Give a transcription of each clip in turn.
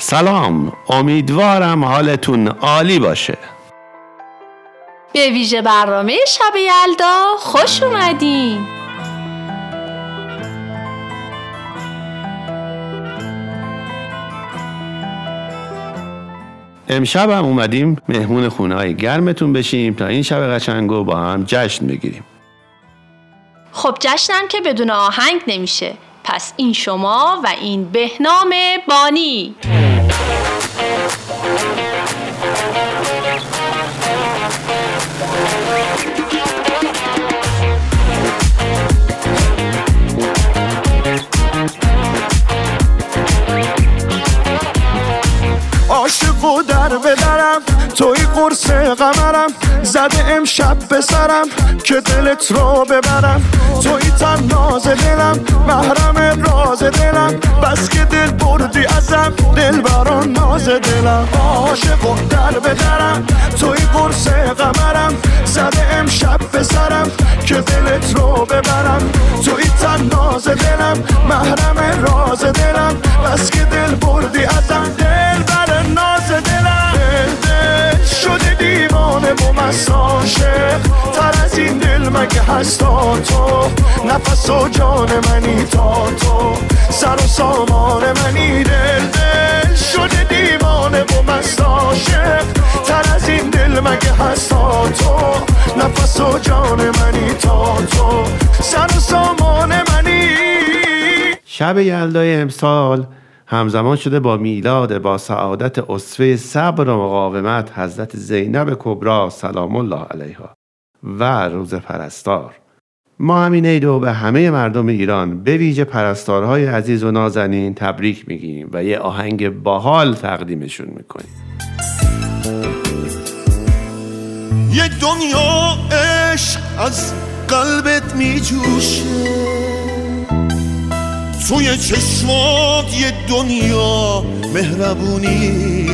سلام، امیدوارم حالتون عالی باشه. به ویژه برنامه شب یلدا خوش اومدین. امشب هم اومدیم مهمون خونه‌های گرمتون بشیم تا این شب قشنگو با هم جشن بگیریم. خب جشنم که بدون آهنگ نمیشه. پس این شما و این بهنام بانی. عاشق و در بدرم توی قرص قمرم، زده امشب به سرم که دلت رو ببرم. توی تن ناز دلم، محرم راز دلم، بس که دل بردی ازم، دل بران ناز دلم. عاشق و در بدرم توی قرص قمرم، زده امشب به سرم که دلت رو ببرم. توی تن ناز دلم، محرم راز دلم، بس که دل بردی ازم، دل بر ناز دلم. دل شده دیوانه و مست عاشق، تر از این دل مگه هستا تو؟ نفس و جان منی تا تو، سر و سامان منی. دل شده دیوانه و مست عاشق، تر از این دل مگه هستا تو؟ نفس و جان منی تا تو، سر و سامان منی. شب یلدای امسال همزمان شده با میلاد با سعادت اسوه صبر و مقاومت حضرت زینب کبری سلام الله علیها و روز پرستار. ما همین عید رو به همه مردم ایران به ویژه پرستارهای عزیز و نازنین تبریک میگیم و یه آهنگ باحال تقدیمشون میکنیم. یه دنیا عشق از قلبت میجوشه، توی چشمات یه دنیا مهربونی،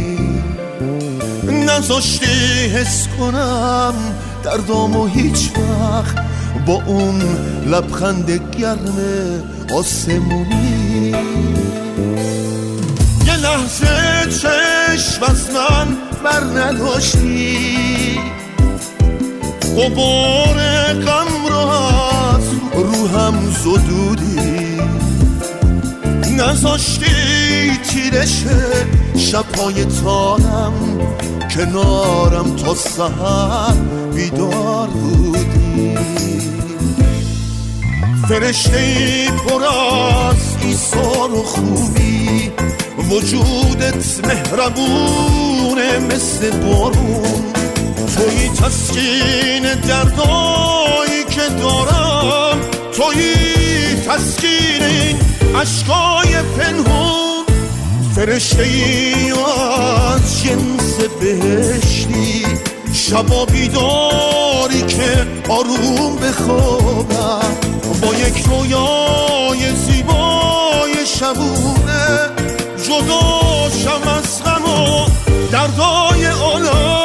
نذاشتی حس کنم دردامو هیچ وقت با اون لبخند گرم آسمونی. یه لحظه چشم از من بر نداشتی، غبار غم رو از روحم زدودی، نذاشتی تیرش شبهای تارم، کنارم تا سحر بیدار بودی. فرشته‌ای پر از ایثار و خوبی، وجودت مهربونه مثل بارون، توی تسکین دردایی که دارم، توی تسکین این عشقای پنهون. فرشته‌ای از جنس بهشتی، شبا بیداری که آروم بخوابم، با یک رویای زیبای شبونه، جداشم از غم و دردای عالم.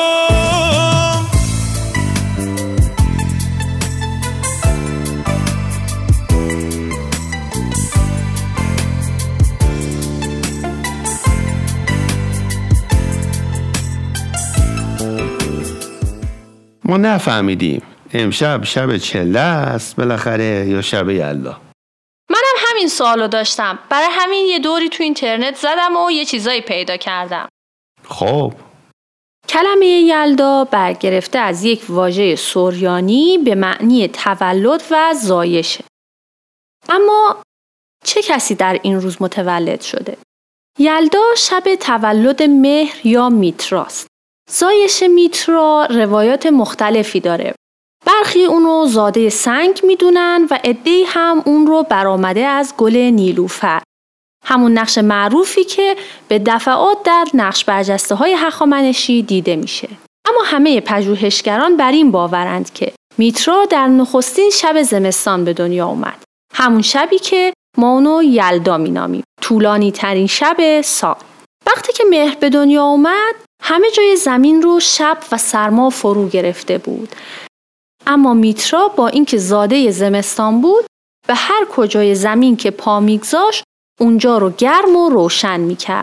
ما نفهمیدیم امشب شب چله است بالاخره یا شب یلدا؟ منم همین سوالو داشتم، برای همین یه دوری تو اینترنت زدم و یه چیزایی پیدا کردم. خب کلمه یلدا برگرفته از یک واژه سریانی به معنی تولد و زایشه. اما چه کسی در این روز متولد شده؟ یلدا شب تولد مهر یا میتراست. زایش میترا روایات مختلفی داره. برخی اونو زاده سنگ میدونن و عده‌ای هم اون رو برآمده از گل نیلوفر. همون نقش معروفی که به دفعات در نقش برجسته های هخامنشی دیده میشه. اما همه پژوهشگران بر این باورند که میترا در نخستین شب زمستان به دنیا اومد. همون شبی که ما اونو یلدا مینامیم. طولانی ترین شب سال. وقتی که مهر به دنیا اومد، همه جای زمین رو شب و سرما فرو گرفته بود. اما میترا با اینکه زاده زمستان بود، به هر کجای زمین که پا میگذاشت اونجا رو گرم و روشن میکرد.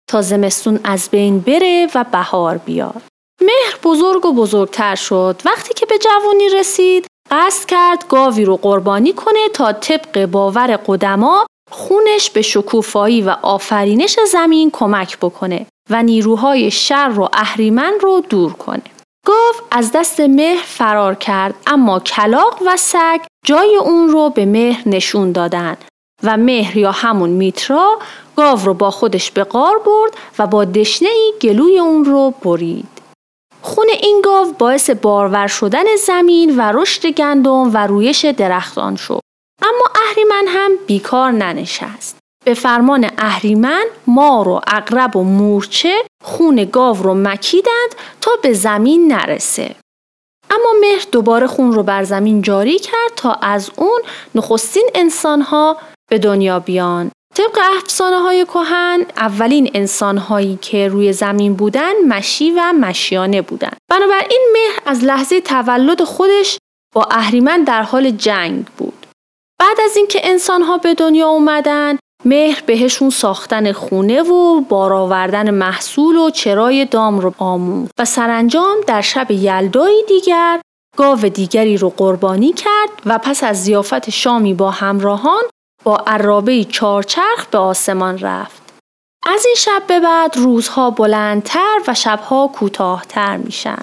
تا زمستون از بین بره و بهار بیاد. مهر بزرگ و بزرگتر شد. وقتی که به جوانی رسید، قصد کرد گاوی رو قربانی کنه تا طبق باور قدما خونش به شکوفایی و آفرینش زمین کمک بکنه و نیروهای شر و اهریمن رو دور کنه. گاو از دست مهر فرار کرد، اما کلاغ و سگ جای اون رو به مهر نشون دادن و مهر یا همون میترا گاو رو با خودش به غار برد و با دشنه‌ای گلوی اون رو برید. خون این گاو باعث بارور شدن زمین و رشد گندم و رویش درختان شد. اما اهریمن هم بیکار ننشست. به فرمان اهریمن مار و عقرب و مورچه خون گاو رو مکیدند تا به زمین نرسه. اما مهر دوباره خون رو بر زمین جاری کرد تا از اون نخستین انسان‌ها به دنیا بیان. طبق افسانه‌های کهن، اولین انسان‌هایی که روی زمین بودن مشی و مشیانه بودن. بنابراین مهر از لحظه تولد خودش با اهریمن در حال جنگ بود. بعد از اینکه انسان‌ها به دنیا اومدن، مهر بهشون ساختن خونه و بار آوردن محصول و چرای دام رو آموخت و سرانجام در شب یلدایی دیگر گاو دیگری رو قربانی کرد و پس از ضیافت شامی با همراهان با عرابه چارچرخ به آسمان رفت. از این شب به بعد روزها بلندتر و شبها کوتاهتر میشن.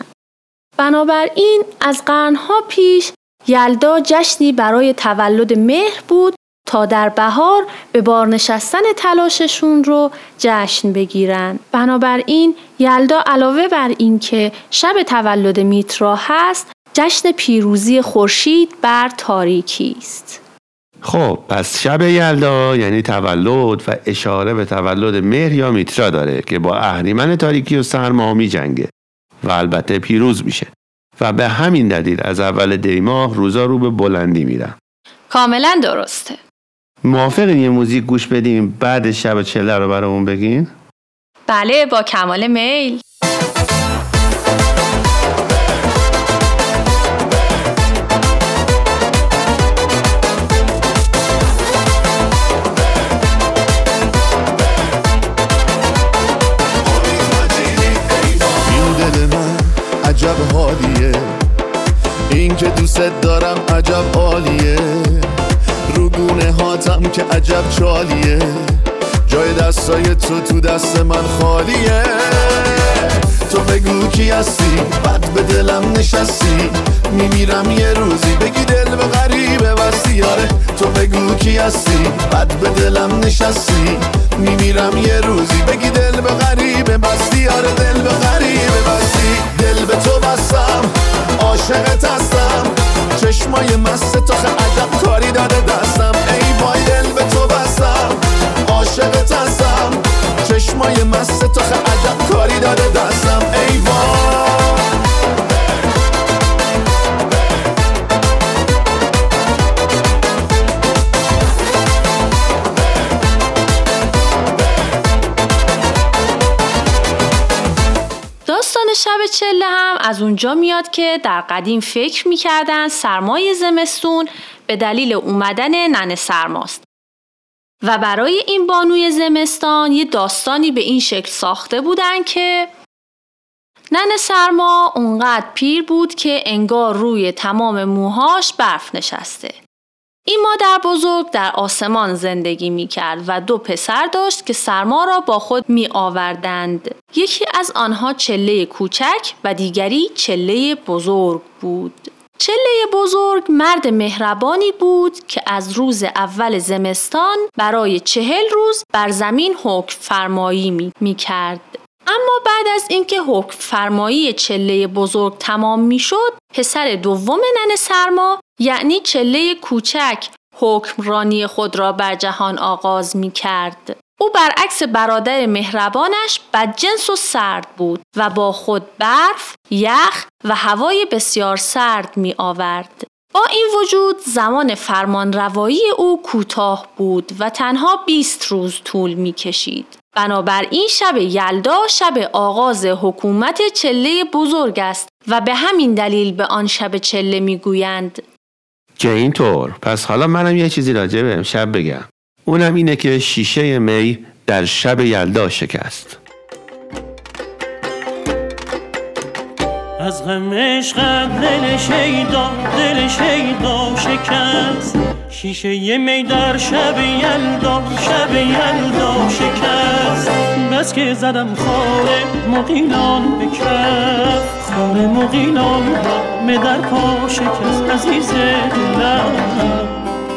بنابراین از قرنها پیش یلدا جشنی برای تولد مهر بود تا در بهار به بار نشستن تلاششون رو جشن بگیرن. بنابراین یلدا علاوه بر این که شب تولد میترا هست، جشن پیروزی خورشید بر تاریکی است. خب پس شب یلدا یعنی تولد و اشاره به تولد مهر یا میترا داره که با اهریمن تاریکی و سرما می جنگه و البته پیروز میشه و به همین دلیل از اول دی ماه روزا رو به بلندی میرن. کاملا درسته. موافقین یه موزیک گوش بدیم بعد شب چله رو برامون بگین؟ بله، با کمال میل. عجب حالیه این که دوست دارم، عجب عالیه رو گونه هاتم که عجب چالیه، جای دستای تو دست من خالیه. تو بگو کی هستی، بد به دلم نشستی، میمیرم یه روزی بگی دل به غریبه بستی. آره تو بگو کی هستی، بد به دلم نشستی، میمیرم یه روزی بگی دل به غریبه بستی. آره دل به غریبه بستی، دل به تو بستم، عاشقت هستم، چشمای مست تو عجب کاری داده دستم. ای وای دل به تو بستم، عاشقت هستم، چشمای مست تو عجب کاری داده دستم. ای وای داستان شب چله هم از اونجا میاد که در قدیم فکر میکردن سرمای زمستون به دلیل اومدن ننه سرماست و برای این بانوی زمستان یه داستانی به این شکل ساخته بودن که ننه سرما اونقدر پیر بود که انگار روی تمام موهاش برف نشسته. این مادر بزرگ در آسمان زندگی می کرد و 2 پسر داشت که سرما را با خود می آوردند. یکی از آنها چله کوچک و دیگری چله بزرگ بود. چله بزرگ مرد مهربانی بود که از روز اول زمستان برای 40 روز بر زمین حکم فرمایی می کرد. اما بعد از اینکه حکم فرمایی چله بزرگ تمام می شد، پسر دوم ننه سرما یعنی چله کوچک حکمرانی خود را بر جهان آغاز می کرد. او برعکس برادر مهربانش بدجنس و سرد بود و با خود برف، یخ و هوای بسیار سرد می آورد. با این وجود زمان فرمانروایی او کوتاه بود و تنها 20 روز طول می کشید. بنابراین شب یلدا شب آغاز حکومت چله بزرگ است و به همین دلیل به آن شب چله می گویند. که اینطور. پس حالا منم یه چیزی راجع به امشب بگم. اونم اینه که شیشه می در شب یلدا شکست. از غم عشقت دل شیدا شکست، شیشه ی می در شب یلدا شکست. بس که زدم خاره مغیلان به کف، خاره مغیلان را می در پا شکست عزیز دلم.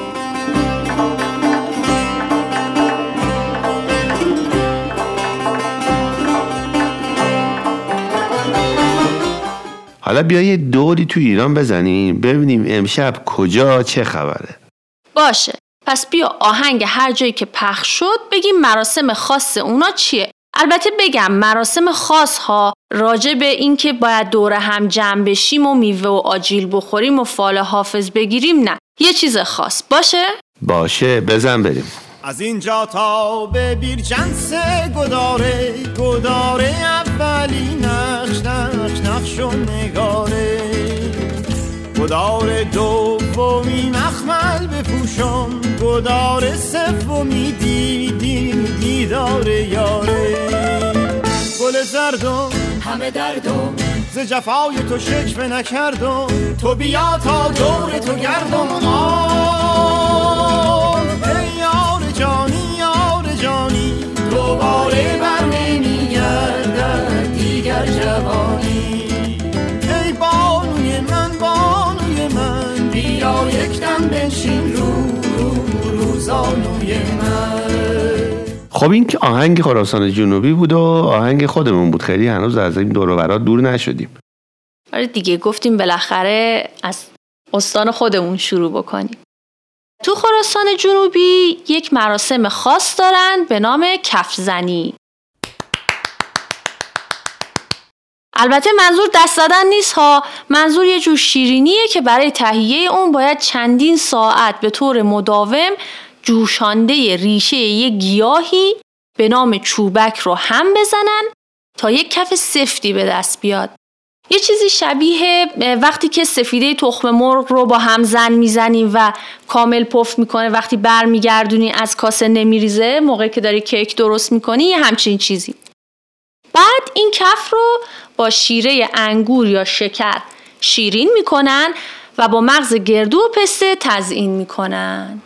حالا بیا یه دوری تو ایران بزنیم ببینیم امشب کجا چه خبره. باشه، پس بیا آهنگ هر جایی که پخش شد بگیم مراسم خاص اونا چیه. البته بگم مراسم خاص ها راجع به این که باید دور هم جمع بشیم و میوه و آجیل بخوریم و فال حافظ بگیریم نه، یه چیز خاص باشه بزن بریم. از اینجا تا به بیرجنس گداره اولی نقش و نگاره، گدار دومی مخمل بپوشم، گدار سومی دیدار یاره. گل زردم همه دردم ز جفای تو شکوه نکردم، تو بیا تا دور تو گردم. یار جانی دوباره بر نمیگردد دیگر جوانی. ای بانوی من بیا یک دم بنشین رو زانوی من. خب این که آهنگ خراسان جنوبی بود و آهنگ خودمون بود، خیلی هنوز از این دور و برا دور نشدیم. آره دیگه، گفتیم بالاخره از استان خودمون شروع بکنیم. تو خراسان جنوبی یک مراسم خاص دارن به نام کف زنی. البته منظور دست زدن نیست ها، منظور یه جور شیرینیه که برای تهیه اون باید چندین ساعت به طور مداوم جوشانده ریشه یک گیاهی به نام چوبک رو هم بزنن تا یک کف سفتی به دست بیاد. یه چیزی شبیه وقتی که سفیده تخم مرغ رو با هم زن میزنیم و کامل پف میکنه، وقتی برمیگردونی از کاسه نمیریزه، موقعی که داری کیک درست میکنی، یه همچین چیزی. بعد این کف رو با شیره انگور یا شکر شیرین میکنن و با مغز گردو و پسته تزیین میکنن.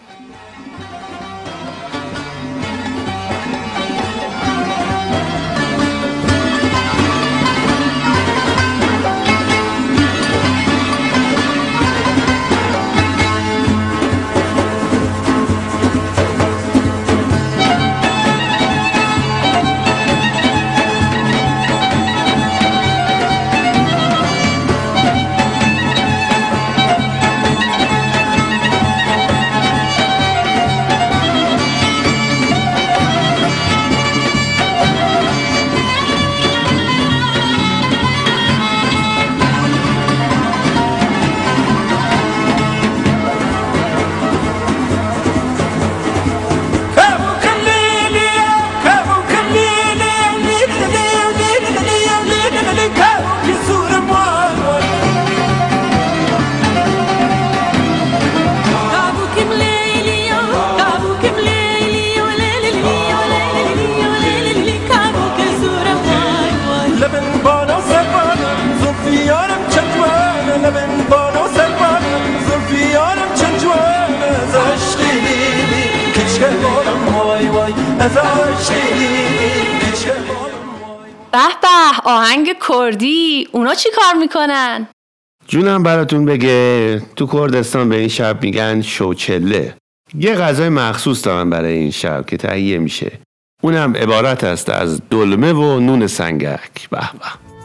به به، آهنگ کردی، اونا چی کار میکنن؟ جونم براتون بگه، تو کردستان به این شب میگن شوچله. یه غذای مخصوص دارن برای این شب که تهیه میشه، اونم عبارت است از دلمه و نون سنگک. به به.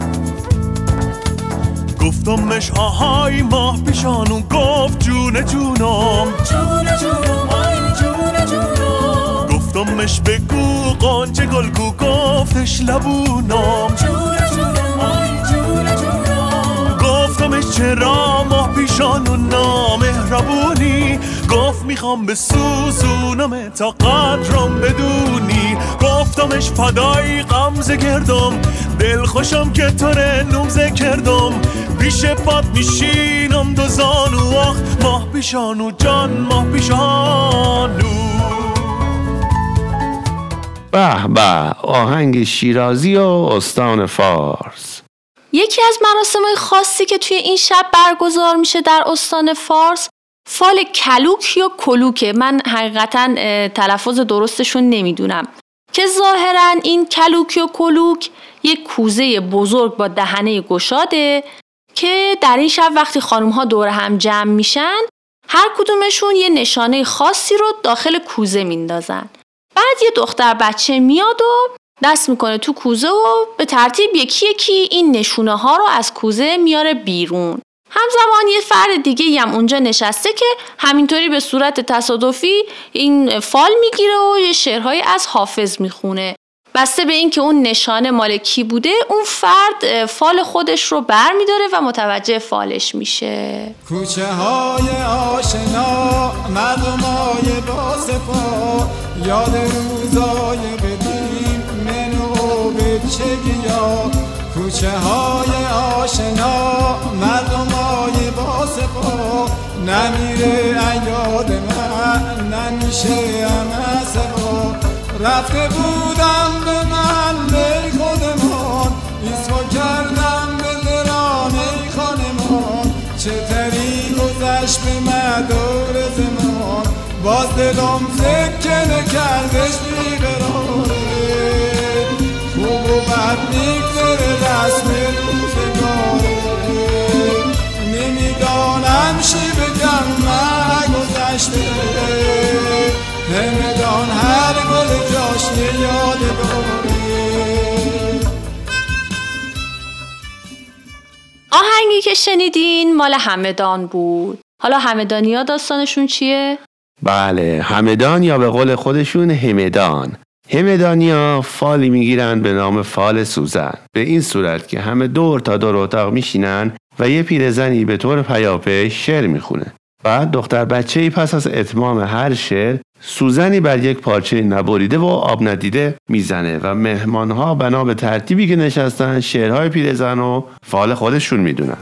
گفتمش آهای ماه پیشانو، گفت جون جونم آی جون جونم. گفتمش بگو قانچه گلگو، گفتش لبونم جون آی جون جونم. گفتمش چرا ماه پیشانو نامهربونی، گفت میخوام بسوزونم تا قدرم بدونی. گفتمش فدای غمزه گردم، دل خوشم که تو نومزه کردم. پیش پات میشینم دو زانو، آخ ماه پیشانو جان ماه پیشانو. به به، آهنگ شیرازی و استان فارس. یکی از مراسم خاصی که توی این شب برگزار میشه در استان فارس فال کلوک یا کلوکه. من حقیقتا تلفظ درستشون نمیدونم، که ظاهرا این کلوک یا کلوک یک کوزه بزرگ با دهنه گشاده که در این شب وقتی خانم ها دور هم جمع میشن هر کدومشون یه نشانه خاصی رو داخل کوزه میندازن. بعد یه دختر بچه میاد و دست میکنه تو کوزه و به ترتیب یکی یکی این نشونه ها رو از کوزه میاره بیرون. همزمان یه فرد دیگه هم اونجا نشسته که همینطوری به صورت تصادفی این فال میگیره و یه شعرهایی از حافظ میخونه. بسته به این که اون نشانه مال کی بوده، اون فرد فال خودش رو بر میداره و متوجه فالش میشه. کوچه های آشنا، مردمای باصفا، یاد روزای بدیم منو به چگیا. کوچه های آشنا، مردمای باصفا، نمیره ایاد من، نمیشه امسفا. رفته بودم به محله خودمان، ایسکا کردم به درانه خانمان. چه تری گذشت به مدار زمان، باز دلم سکنه کردش بیقراره. خوب و بد میگذره رسم روزگاره، نمیدانم چی بگم من گذشته. همدان هر گل جاش یادگاره. آهنگی که شنیدین مال همدان بود. حالا همدانی‌ها داستانشون چیه؟ بله، همدان یا به قول خودشون همدان. همدانی‌ها فالی میگیرن به نام فال سوزن، به این صورت که همه دور تا دور اتاق میشینن و یه پیرزنی به طور پیاپی شعر میخونه. بعد دختر بچه‌ای پس از اتمام هر شعر سوزنی بر یک پارچه نبریده و آب ندیده میزنه و مهمانها بنا به ترتیبی که نشستن شعرهای پیرزن و فال خودشون میدونن.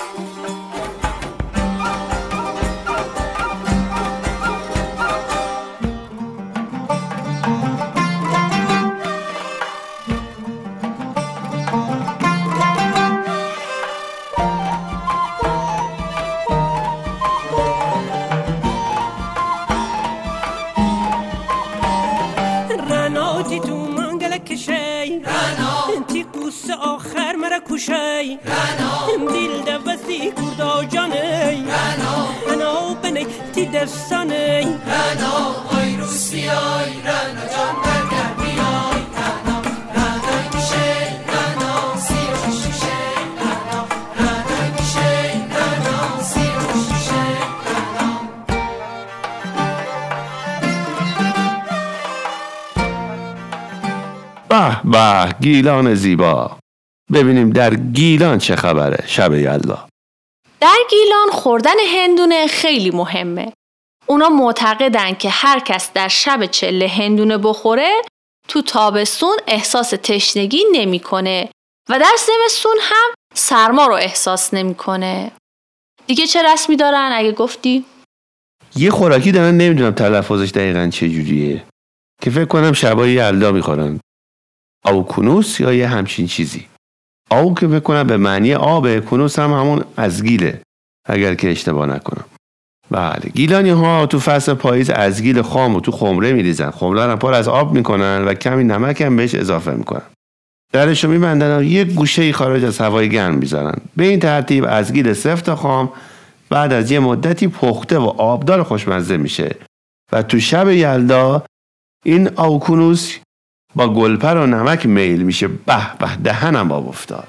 آخر مرا کشی دل دوستی کردا جانی انا بنی تی دستانی رنا آی روسیای رنا جان برگر بیای رنا رنا میشه رنا سیر میشه رنا رنا میشه رنا سیر میشه رنا. به به، گیلان زیبا. ببینیم در گیلان چه خبره شب یلدا. در گیلان خوردن هندونه خیلی مهمه. اونا معتقدن که هر کس در شب چله هندونه بخوره تو تابستون احساس تشنگی نمیکنه و در زمستون هم سرما رو احساس نمیکنه. دیگه چه رسمی دارن اگه گفتی؟ یه خوراکی دارن، نمیدونم تلفظش دقیقاً چه جوریه، که فکر کنم شبای یلدا میخورن. آوکنوس یا یه همچین چیزی. آو که فکر کنم به معنی آبه، کنوس هم همون از گیله اگر که اشتباه نکنم. بله، گیلانی ها تو فصل پاییز از گیل خام و تو خمره میریزن، خمره رو پر از آب میکنن و کمی نمک هم بهش اضافه میکنن، درشو میبندن و یک گوشه خارج از هوای گرم میذارن. به این ترتیب از گیل سفت خام بعد از یه مدتی پخته و آبدار خوشمزه میشه و تو شب یلدا این آوکنوس با گلپر و نمک میل میشه. به به، دهنم آب افتاد.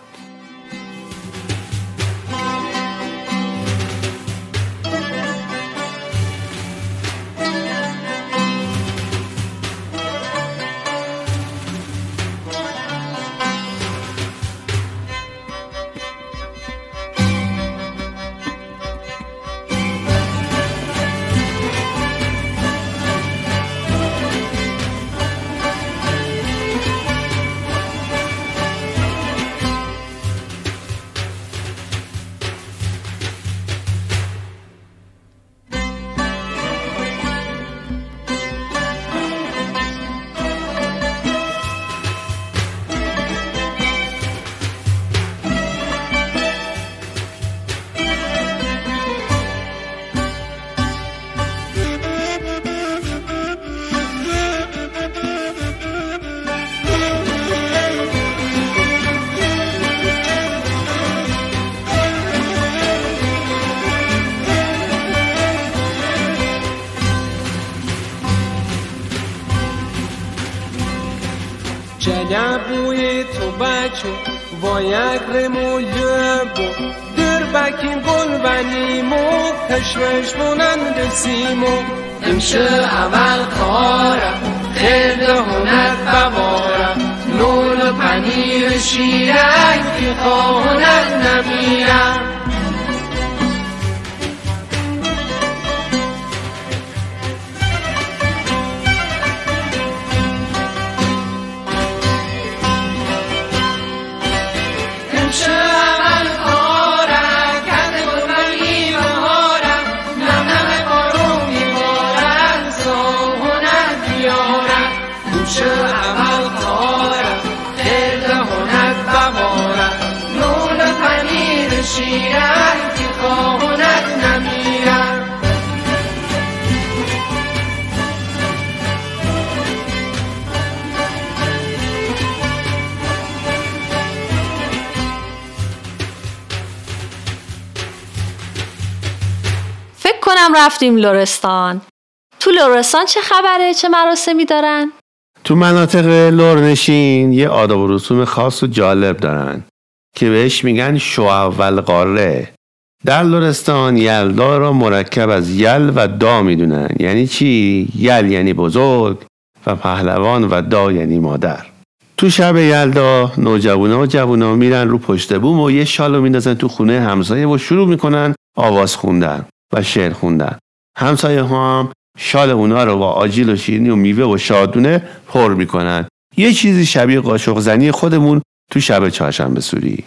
جلبوی تو بچه و یک رمو لبو در بکین گل بنیمو پشمش بونند سیمو امشه اول کارم خیلی هنر ببارم نون و پنیر شیرک که خواهنر نمیرم کنم رفتیم لرستان. تو لرستان چه خبره؟ چه مراسمی دارن؟ تو مناطق لرنشین یه آداب و رسوم خاص و جالب دارن که بهش میگن شو اول قاره. در لرستان یلدا را مرکب از یل و دا میدونن. یعنی چی؟ یل یعنی بزرگ و پهلوان و دا یعنی مادر. تو شب یلدا نوجوانا و جوانا میرن رو پشت بوم و یه شالو میندازن تو خونه همسایه و شروع میکنن آواز خوندن و شعر خوندن. همسایه ها هم شال اونا رو با آجیل و شیرینی و میوه و شادونه پر میکنن. یه چیزی شبیه قاشق زنی خودمون تو شب چهارشنبه سوری.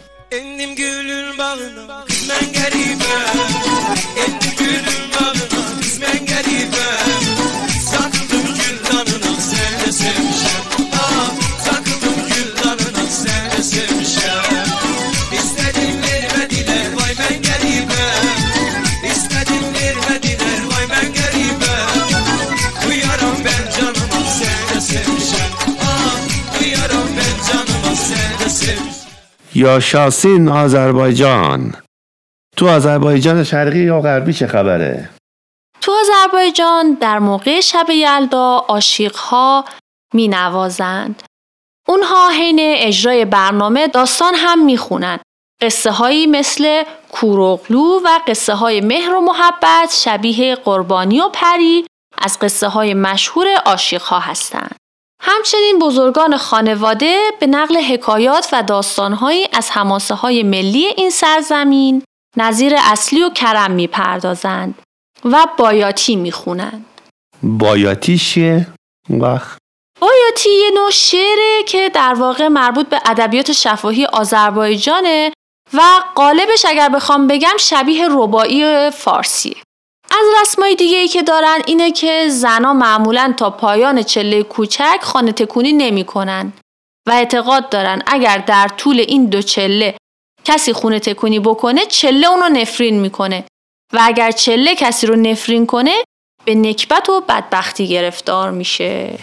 یا شاسین آذربایجان. تو آذربایجان شرقی یا غربی چه خبره؟ تو آذربایجان در موقع شب یلدا عاشق‌ها می نوازند. اونها حین اجرای برنامه داستان هم می خونن. قصه هایی مثل کوروغلو و قصه های مهر و محبت شبیه قربانی و پری از قصه های مشهور عاشق‌ها هستند. همچنین بزرگان خانواده به نقل حکایات و داستان‌هایی از حماسه‌های ملی این سرزمین نظیر اصلی و کرم می‌پردازند و بایاتی می‌خوانند. بایاتی چیه؟ بایاتی یه نوع شعره که در واقع مربوط به ادبیات شفاهی آذربایجانه و قالبش اگر بخوام بگم شبیه رباعی فارسیه. از رسمای دیگه‌ای که دارن اینه که زنا معمولاً تا پایان چله کوچک خانه تکونی نمی‌کنن و اعتقاد دارن اگر در طول این دو چله کسی خونه تکونی بکنه چله اونو نفرین میکنه و اگر چله کسی رو نفرین کنه به نکبت و بدبختی گرفتار میشه.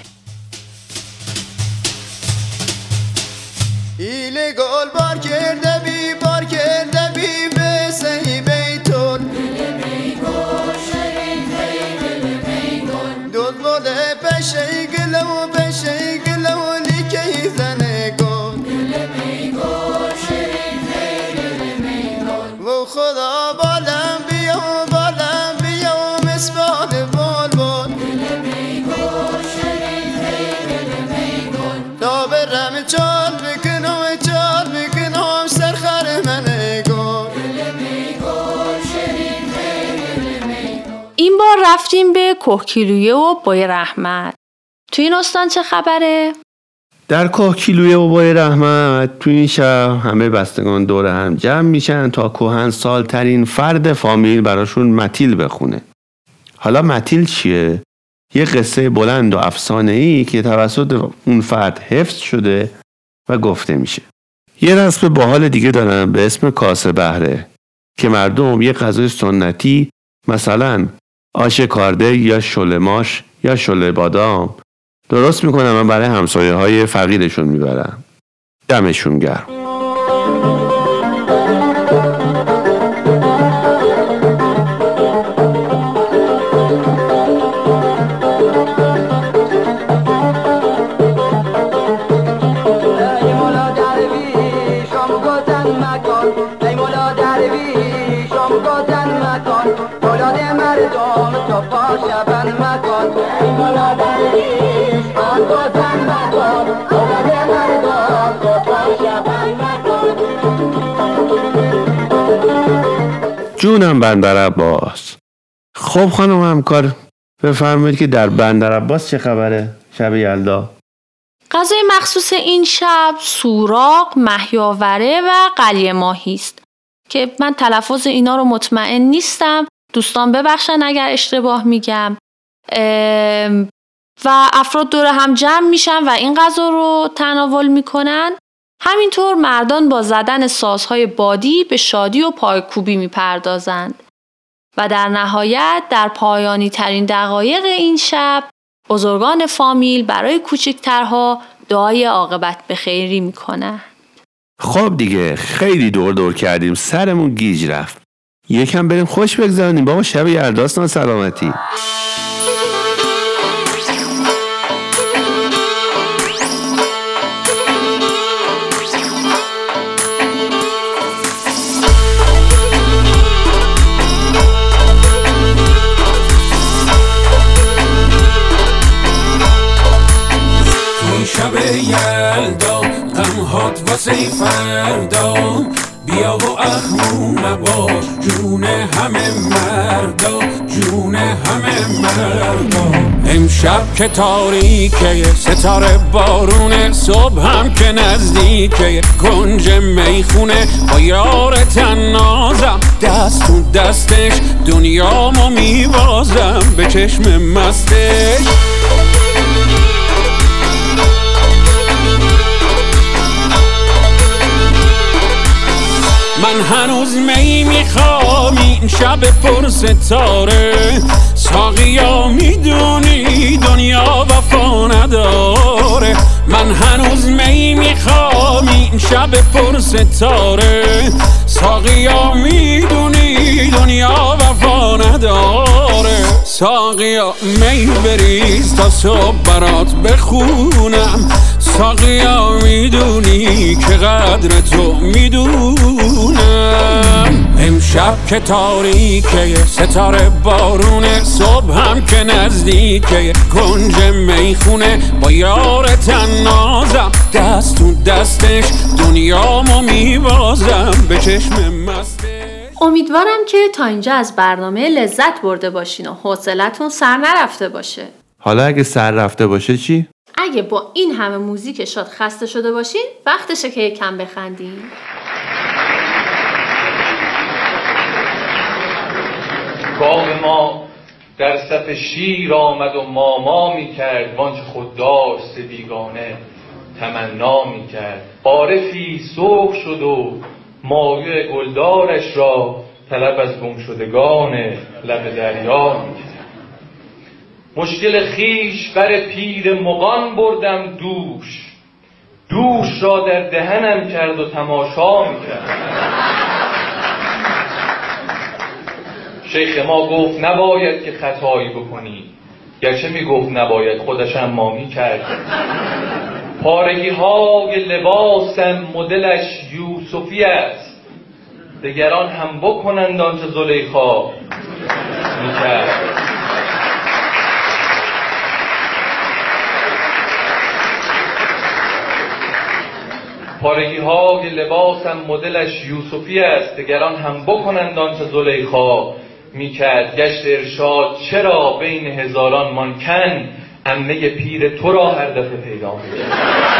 ایله گل بار کرده بی به سهی بیتون دود بوده پشه گلو لیکه زنه گل و خدا بالم بیا مسباد بول تا برم چال بکنم سرخر منه گل. این بار رفتیم به کهکیلویه و بای رحمت. تو این استان چه خبره؟ در کهکیلویه و بای رحمت تو این شب همه بستگان دور هم جمع میشن تا کهن سالترین فرد فامیل براشون متیل بخونه. حالا متیل چیه؟ یه قصه بلند و افسانه‌ای که توسط اون فرد حفظ شده و گفته میشه. یه رسم باحال دیگه دارن به اسم کاسه بهره که مردم یه غذای سنتی مثلا آش کارده یا شله ماش یا شله بادام درست میکنن و برای همسایه های فقیرشون میبرن. دمشون گرم. جونم بندر عباس. خب خانم همکار، بفرمایید که در بندر عباس چه خبره شب یلدا؟ غذای مخصوص این شب سوراخ، مهیاوره و قلیه ماهی است که من تلفظ اینا رو مطمئن نیستم، دوستان ببخشن اگر اشتباه میگم. و افراد دور هم جمع میشن و این غذا رو تناول میکنن. همینطور مردان با زدن سازهای بادی به شادی و پایکوبی میپردازند. و در نهایت در پایانی ترین دقایق این شب بزرگان فامیل برای کوچکترها دعای عاقبت به خیری میکنند. خب دیگه خیلی دور کردیم، سرمون گیج رفت. یکم بریم خوش بگذاریم بابا، شب یلداست. سلامتی. شب یلدا غمهات واسه فردا، بیا و اخمو نباش جون همه مردا، جون همه مردا. امشب که تاریکه ستاره بارونه، صبح هم که نزدیکه کنج میخونه، با یار تنازم دست تو دستش، دنیامو میبازم به چشم مستش. من هنوز می میخوام این شب پر ستاره، ساقیا میدونی دنیا وفا نداره. من هنوز می میخوام این شب پر ستاره، ساقیا میدونی دنیا وفا نداره. ساقیا می بریز تا صبح برات بخونم، ساقیا میدونی که قدر تو میدونم. امشب که تاریکه ستاره بارونه، صبح هم که نزدیکه کنج میخونه، با یار تنازم دست تو دستش، دنیامو میبازم به چشم مستش. امیدوارم که تا اینجا از برنامه لذت برده باشین و حوصلتون سر نرفته باشه. حالا اگه سر رفته باشه چی؟ اگه با این همه موزیک شاد خسته شده باشین، وقتشه که یکم بخندین. گاو ما در صف شیر آمد و ماما می کرد، وانچه خود داشت بیگانه تمنا می کرد. عارفی سرخ شد و مایه گلدارش را طلب از گمشدگان لب دریا می کرد. مشکل خیش بر پیر مغان بردم دوش، دوش را در دهنم کرد و تماشا می کرد. شیخ ما گفت نباید که خطایی بکنی، گرچه می گفت نباید خودش اما می کرد. پارگی های لباسم مدلش یوسفی است، دگران هم بکنند آنچه زلیخا می کرد. پارگی های لباسم مدلش یوسفی است، دگران هم بکنند آنچه زلیخا می کرد. گشت ارشاد چرا بین هزاران مانکن، عمه پیر تو را هر دفعه پیدا می کرد.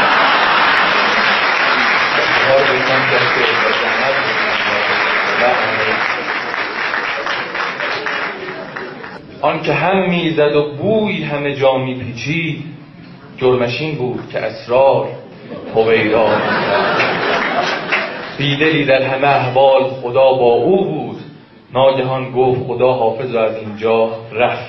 آن که هم میزد و بوی همه جا می پیچید، جرمشین بود که اسرار هویدا می‌کرد. بیدلی در همه احوال خدا با او بود، ناگهان گفت خدا حافظ از اینجا رفت.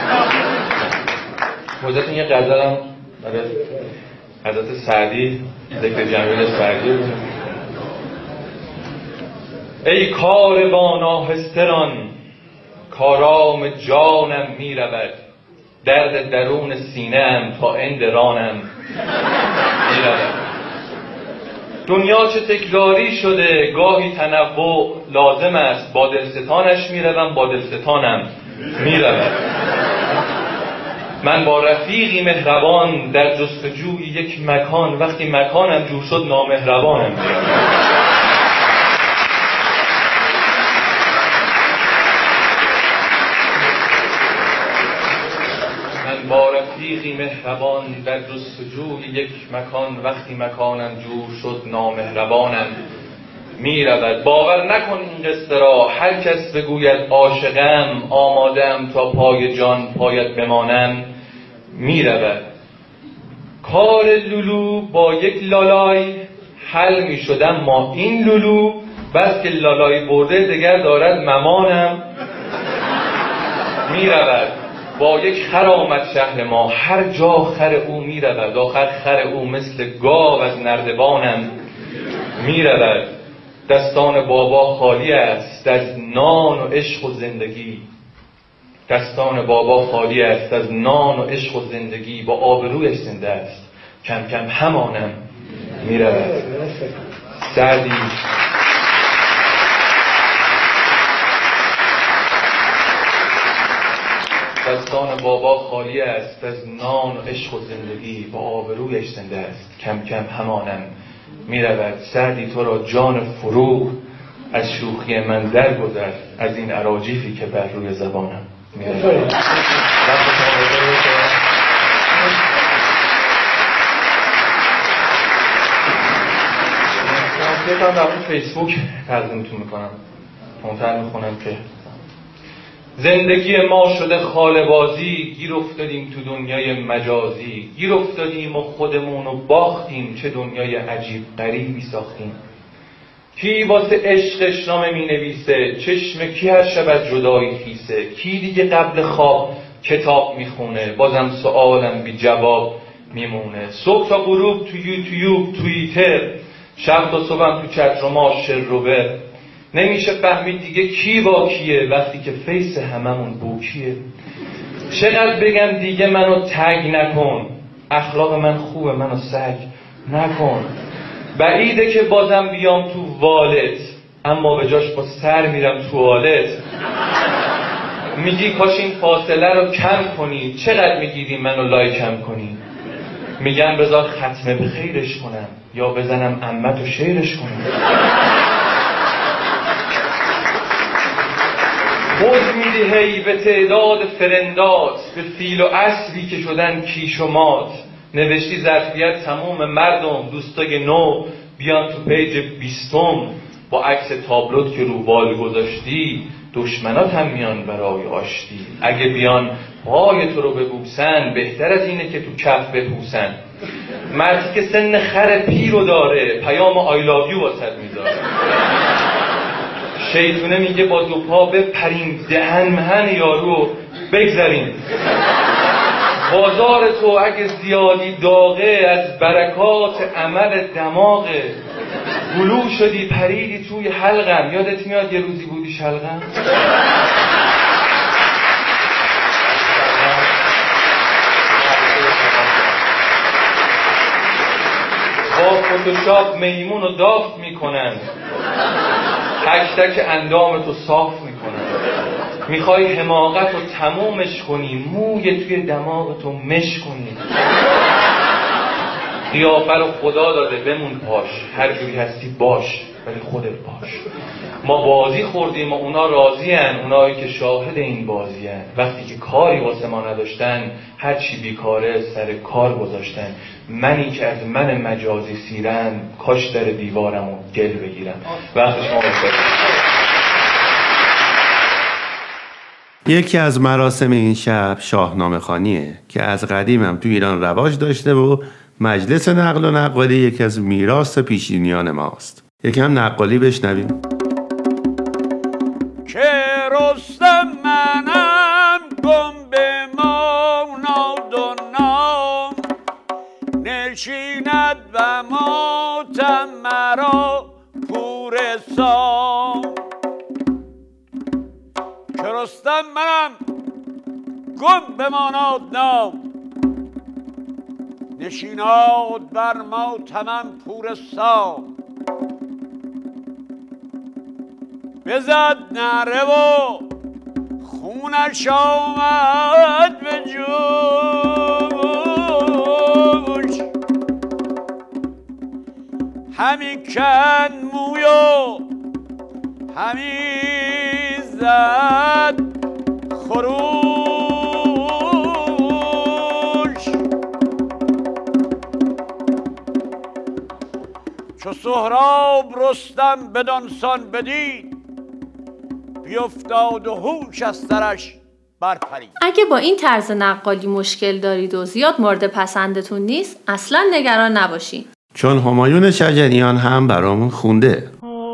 موزتون یه غزلم برای حضرت سعدی، ذکر جمیل سعدی بود. ای کاروان آهستران، کارام جانم می رود، درد درون سینه ام تا اندرانم می رود. دنیا چه تکراری شده، گاهی تنوع لازم است، با دلستانش می روم با دلستانم می رود. من با رفیقی مهربان در جستجوی یک مکان، وقتی مکانم جور شد نامهربانم. من با رفیقی مهربان در جستجوی یک مکان، وقتی مکانم جور شد نامهربانم. می رود باور نکن این قصه را، هر کس بگوید عاشقم، آمادم تا پای جان پایت بمانم. می رود کار لولو با یک لالای حل می شدم، ما این لولو بس که لالای برده دگر دارد ممانم. می رود با یک خر آمد شهر ما، هر جا خر او می رود، آخر خر او مثل گاو از نردبانم. می رود دستان بابا خالی است از نان و عشق و زندگی، دستان بابا خالی است از نان و عشق و زندگی، با آبرویش زنده است، کم کم همانم. می رود سعدی دستان بابا خالی است از نان و عشق و زندگی، با آبرویش زنده است، کم کم همانم. می رود سعدی تو را جان فروغ، از شوخی من درگذر، از این اراجیفی که بر روی زبانم. می رود من در اون فیسبوک تقدیمتون میکنم، منتر میخونم که زندگی ما شده خاله بازی، گیر افتادیم تو دنیای مجازی، گیر افتادیم و خودمونو باختیم، چه دنیای عجیب غریبی ساختیم. کی واسه عشقش نامه می نویسه، چشم کی هر شب از جدایی خیسه، کی دیگه قبل خواب کتاب میخونه، بازم سوالم بی جواب میمونه. صبح تا غروب تو یوتیوب توییتر، شب تا صبحم تو چتروما شروبر. نمیشه فهمید دیگه کی با کیه وقتی که فیس هممون بوکیه. چقدر بگم دیگه منو تگ نکن، اخلاق من خوبه منو سگ نکن. بعیده که بازم بیام تو والت، اما به جاش با سر میرم توالت. میگی کاش این فاصله رو کم کنی، چقدر میگیری منو لایکم کنی. میگم بذار ختمه به خیرش کنم، یا بزنم عمت و شیرش کنم. خود میدی هی به تعداد فرندات، به فیل و اصلی که شدن کیش و مات. نوشتی ظرفیت تموم مردم، دوستای نو بیان تو پیج 20 با عکس تابلوت که رو وال گذاشتی. دشمنات هم میان برای آشتی، اگه بیان پای تو رو ببوسن، بهتر از اینه که تو کف بپوسن. مردی که سن خر پیرو داره، پیام آی لاو یو واسط میذاره. شیطونه میگه با دو پا بپریم، دهن مهن یارو بگذاریم. بازار تو اگه زیادی داغه، از برکات عمل دماغه. گلو شدی پریدی توی حلقم، یادت میاد یه روزی بودی شلغم؟ با فتوشاپ میمون رو دافت میکنن، تک تک اندام تو صاف میکنن. میخوای حماقت رو تمومش کنی، موی توی دماغ تو مش کنی. قیافه رو خدا داده بمون پاش، هر جوری هستی باش ولی خودت باش. ما بازی خوردیم و اونا راضی هن، اونایی که شاهد این بازی هن. وقتی که کاری واسه ما نداشتن، هر چی بیکاره سر کار گذاشتن. منی که از من مجازی سیرم، کاش در دیوارم و گل بگیرم. وقتی شما یکی از مراسم این شب شاهنامه خوانیه که از قدیم هم تو ایران رواج داشته و مجلس نقل و نقالی یکی از میراث پیشینیان ماست. یکم نقالی بشنویم. که رستم منم گم بماند و نام، نشیند و ماتم مرا پور سام. که رستم منم گم بماند نام، نشیناد بر ماتمم پور سام. بزد نره و خون خونش آمد به جوش، همی کند مویو همی زد خروش. چو سهراب رستم بدانسان بدید، بیفتاد و هوش از سرش برپرید. اگه با این طرز نقالی مشکل دارید و زیاد مورد پسندتون نیست، اصلا نگران نباشین، چون همایون شجریان هم برامون خونده.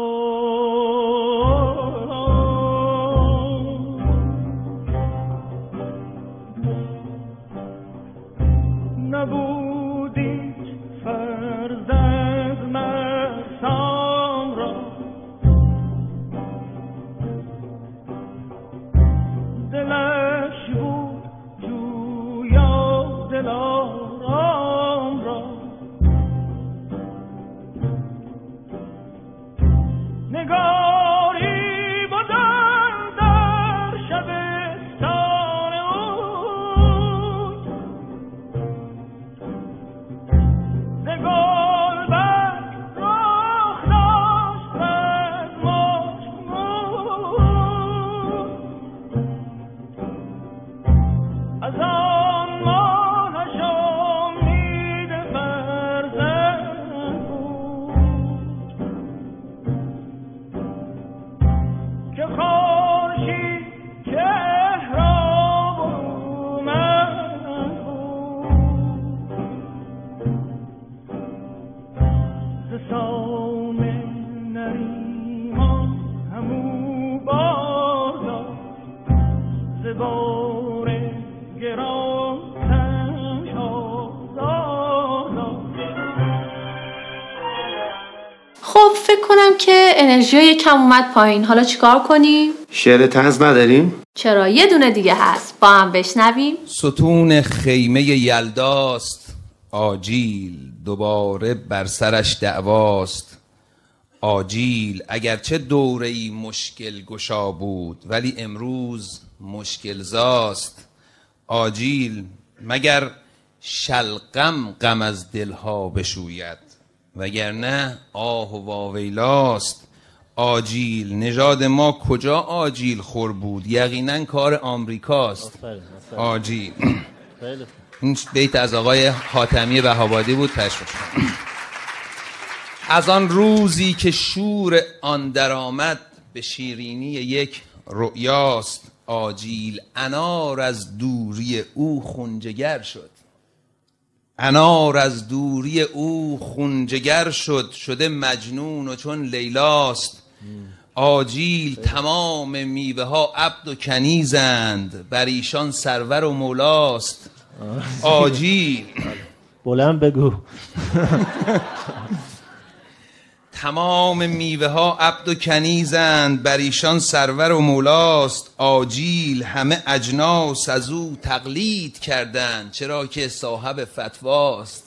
فکر کنم که انرژی یکم اومد پایین. حالا چیکار کنیم؟ شعر طنز نداریم؟ چرا، یه دونه دیگه هست، با هم بشنویم. ستون خیمه یلداست آجیل، دوباره بر سرش دعواست آجیل. اگرچه دوره‌ای مشکل گشا بود، ولی امروز مشکل زاست آجیل. مگر شلقم غم از دلها بشوید، وگرنه آه و واویلاست آجیل. نژاد ما کجا آجیل خور بود، یقینا کار آمریکاست آجیل. این بیت از آقای حاتمی بهابادی بود. تشویق از آن روزی که شور آن درآمد، به شیرینی یک رؤیاست آجیل. انار از دوری او خونجگر شد، انار از دوری او خونجگر شد، شده مجنون و چون لیلاست آجیل. تمام میوه ها عبد و کنیزند، بر ایشان سرور و مولاست آجیل. بلند بگو. تمام میوه ها عبد و کنیزند، بر ایشان سرور و مولاست آجیل. همه اجناس از او تقلید کردند، چرا که صاحب فتواست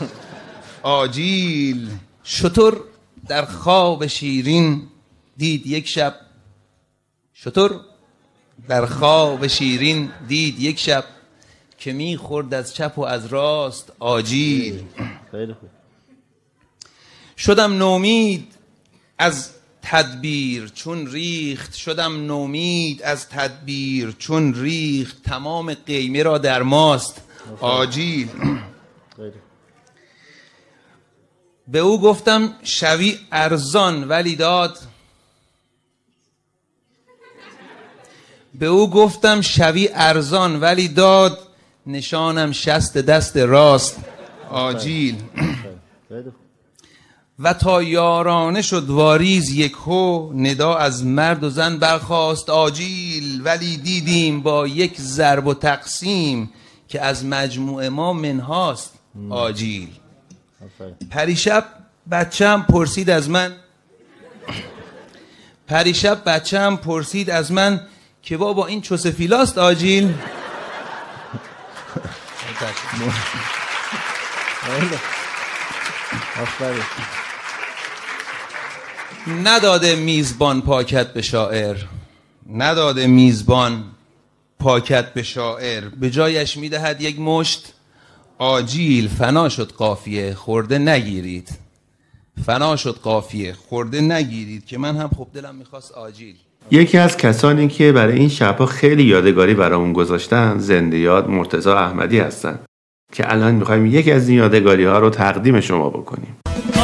آجیل. شتر در خواب شیرین دید یک شب، شتر در خواب شیرین دید یک شب، که میخورد از چپ و از راست آجیل. خیلی خوب. شدم نومید از تدبیر چون ریخت، شدم نومید از تدبیر چون ریخت، تمام قیمه را در ماست آجیل. به او گفتم شوی ارزان ولی داد، به او گفتم شوی ارزان ولی داد، نشانم شست دست راست آجیل. و تا یارانه شد واریز یک هو، ندا از مرد و زن برخاست آجیل. ولی دیدیم با یک ضرب و تقسیم، که از مجموع ما منهاست آجیل. پریشب بچه‌م پرسید از من، پریشب بچه‌م پرسید از من، که بابا این چوسفیلاست آجیل. نداده میزبان پاکت به شاعر، نداده میزبان پاکت به شاعر، به جایش میدهد یک مشت آجیل. فنا شد قافیه خورده نگیرید، فنا شد قافیه خورده نگیرید، که من هم خب دلم میخواست آجیل. یکی از کسانی که برای این شبها خیلی یادگاری برامون گذاشتن زنده یاد مرتضی احمدی هستن که الان میخوایم یکی از این یادگاری ها رو تقدیم شما بکنیم.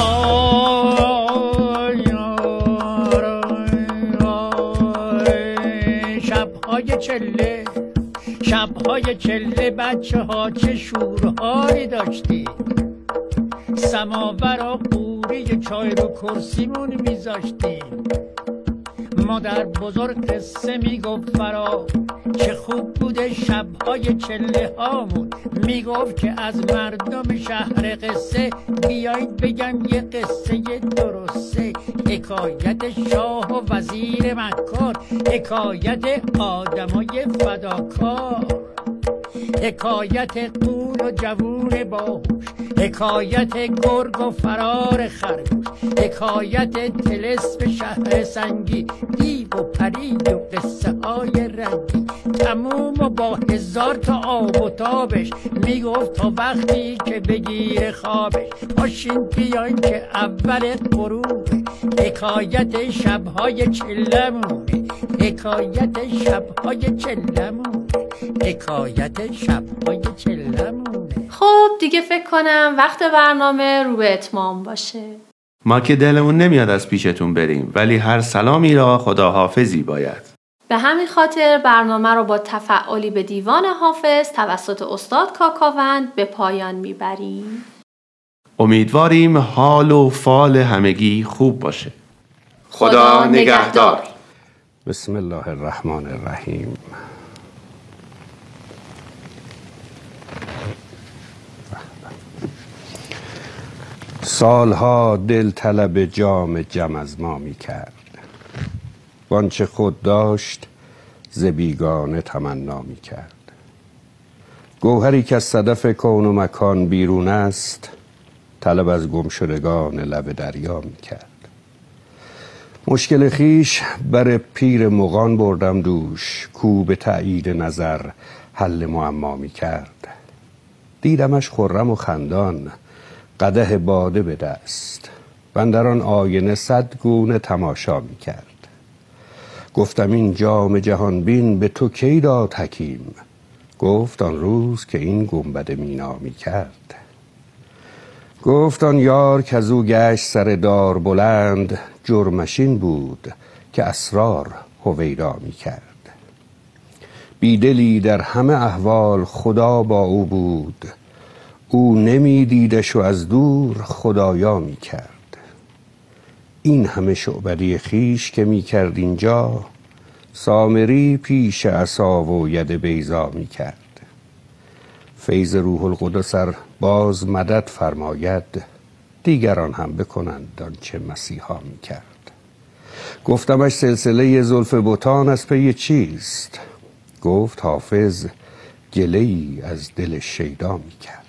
شبهای چله بچه ها چه شورهایی داشتی، سماور و قوری چای رو کرسیمون میذاشتیم. مادر بزرگ قصه میگفت فرا چه خوب بوده شبهای چله هامون. میگفت که از مردم شهر قصه بیایید بگم یه قصه درسته، حکایت شاه و وزیر مکار، حکایت آدمای فداکار، حکایت قول و جوون باهوش، حکایت گرگ و فرار خرگوش، حکایت طلسم شهر سنگی، دیو و پری و قصه های رنگی، تموم و با 1000 تا آب و تابش. میگفت تا وقتی که بگیر خوابش، پاشین بیاین که اول غروبه، حکایت شبهای چلمونه، حکایت شبهای چلمونه، حکایت شبهای چلمونه. خب دیگه فکر کنم وقت برنامه رو به اتمام باشه. ما که دلمون نمیاد از پیشتون بریم، ولی هر سلامی را خداحافظی باید. به همین خاطر برنامه رو با تفعالی به دیوان حافظ توسط استاد کاکاوند به پایان میبریم. امیدواریم حال و فال همگی خوب باشه. خدا نگهدار. بسم الله الرحمن الرحیم. سالها دل طلب جام جم از ما می کرد، وانچه خود داشت ز بیگانه تمنا می کرد. گوهری که از صدف کون و مکان بیرون است، طلب از گمشدگان لب دریا می کرد. مشکل خیش بر پیر مغان بردم دوش، کو به تأیید نظر حل معما می کرد. دیدمش خرم و خندان، قدح باده به دست، و اندر آن آینه 100 گونه تماشا می کرد. گفتم این جام جهان بین به تو کی داد حکیم؟ گفت آن روز که این گنبد مینا می کرد. گفت آن یار که از او گشت سر دار بلند، جرمشین بود که اسرار هویدا می کرد. بیدلی در همه احوال خدا با او بود، او نمی دیدش و از دور خدایا می کرد. این همه شعبده خیش که می کرد اینجا، سامری پیش عصا و ید بیضا می کرد. فیض روح القدس باز مدد فرماید، دیگران هم بکنند آنچه مسیحا می کرد. گفتمش سلسله زلف بتان از پی چیست؟ گفت حافظ گله‌ای از دل شیدا می کرد.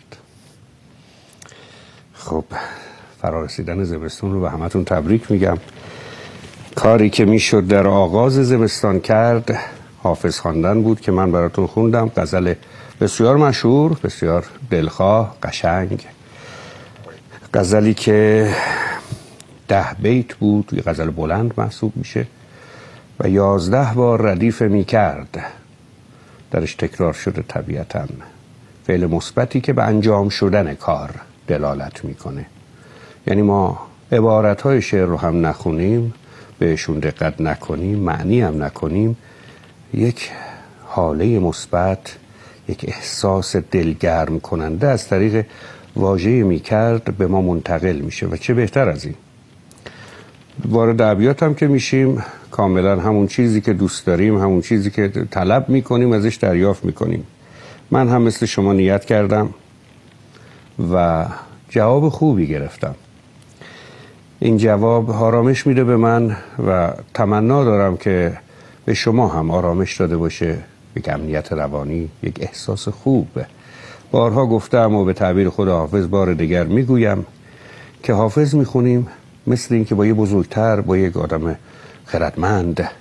خب فرارسیدن زمستون رو به همتون تبریک میگم. کاری که میشد در آغاز زمستان کرد حافظ خواندن بود که من براتون خوندم. غزل بسیار مشهور، بسیار دلخواه، قشنگ، غزلی که 10 بیت بود، یه غزل بلند محسوب میشه و 11 بار ردیف میکرد. درش تکرار شده طبیعتاً فعل مثبتی که به انجام شدن کار دلالت میکنه. یعنی ما عبارتهای شعر رو هم نخونیم، بهشون دقت نکنیم، معنی هم نکنیم، یک حاله مثبت، یک احساس دلگرم کننده از طریق واژه میکرد به ما منتقل میشه و چه بهتر از این. وارد ابیات هم که میشیم کاملا همون چیزی که دوست داریم، همون چیزی که طلب میکنیم ازش دریافت میکنیم. من هم مثل شما نیت کردم و جواب خوبی گرفتم. این جواب آرامش میده به من و تمنا دارم که به شما هم آرامش داده باشه، یک امنیت روانی، یک احساس خوب. بارها گفتم و به تعبیر خود حافظ بار دیگر میگویم که حافظ میخونیم مثل این که با یه بزرگتر، با یک آدم خردمند،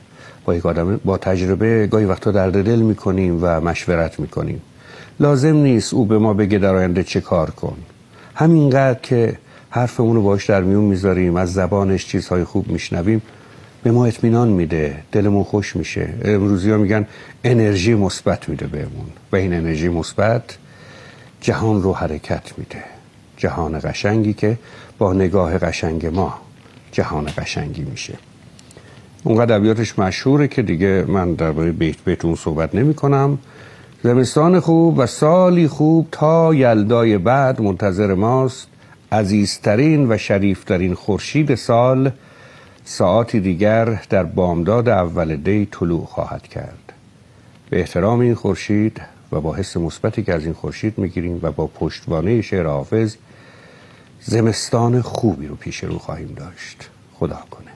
با یک آدم با تجربه گاهی وقتا درد دل میکنیم و مشورت میکنیم. لازم نیست او به ما بگه در آینده چه کار کن. همینقدر که حرفمون رو باش در میون میذاریم، از زبانش چیزهای خوب میشنویم، به ما اطمینان میده، دلمون خوش میشه. امروزی ها میگن انرژی مثبت میده بهمون و این انرژی مثبت جهان رو حرکت میده. جهان قشنگی که با نگاه قشنگ ما جهان قشنگی میشه. اونقدر ابیاتش مشهوره که دیگه من درباره بیتون صحبت نمی کنم. زمستان خوب و سالی خوب تا یلدای بعد منتظر ماست. عزیزترین و شریفترین خورشید سال ساعتی دیگر در بامداد اول دی طلوع خواهد کرد. به احترام این خورشید و با حس مثبتی که از این خورشید میگیریم و با پشتوانه شعر حافظ زمستان خوبی رو پیش رو خواهیم داشت. خدا کنه.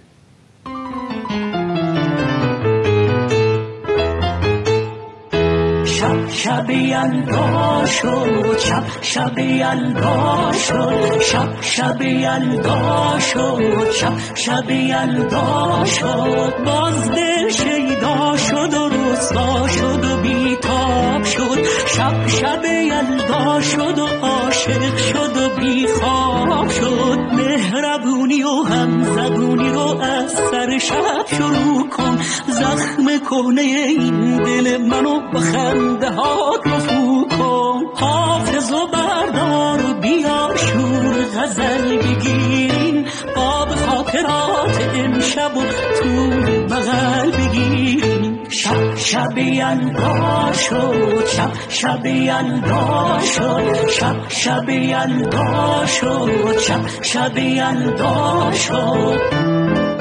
شب یلدا شد، شب یلدا شد، شب یلدا شد، شب یلدا شد. باز دل شیدا شد و رسوا شد و بیتاب شد. شب یلدا شد و عاشق شد و بیخواب شد. مهربونی و همزبونی رو از سر شب شروع کن. زخم کهنه این دل منو بخنده ها رفو کن. حافظ و بردار و بیا شور غزل بگیرین. آب خاطرات امشب و تو بغل بگیرین. شب یلدا شد، شب یلدا شد، شب یلدا شد، شب یلدا شد.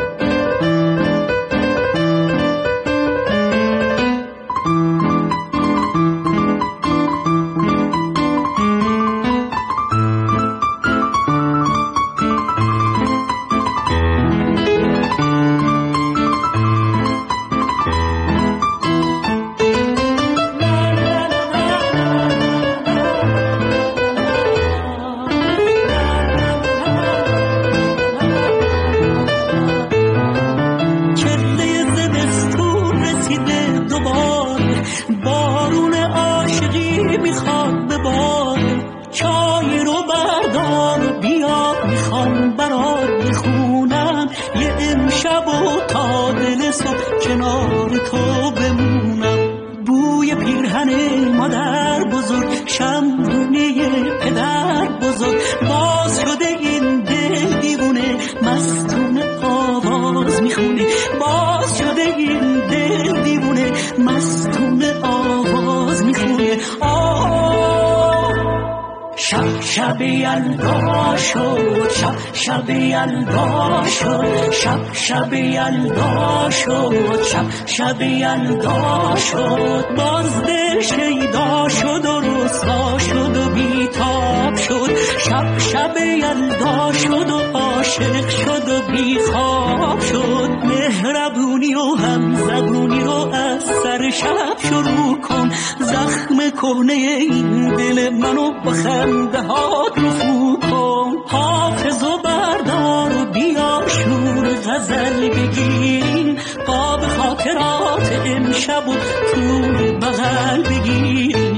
شب یلدا شد، شب یلدا شد، شب یلدا شد، شب یلدا شد. باز دل شیدا شد و رسوا شد و بیتاب شد. شب یلدا شد و عاشق شد و بیخواب شد. مهربونی و همزبونی رو از سر شب شروع کن. زخم کهنه این دل منو بخنده ها رفو کن. حافظ و بردار و بیا شور غزل بگیرین. قاب خاطرات امشب و تو بغل بگیرین.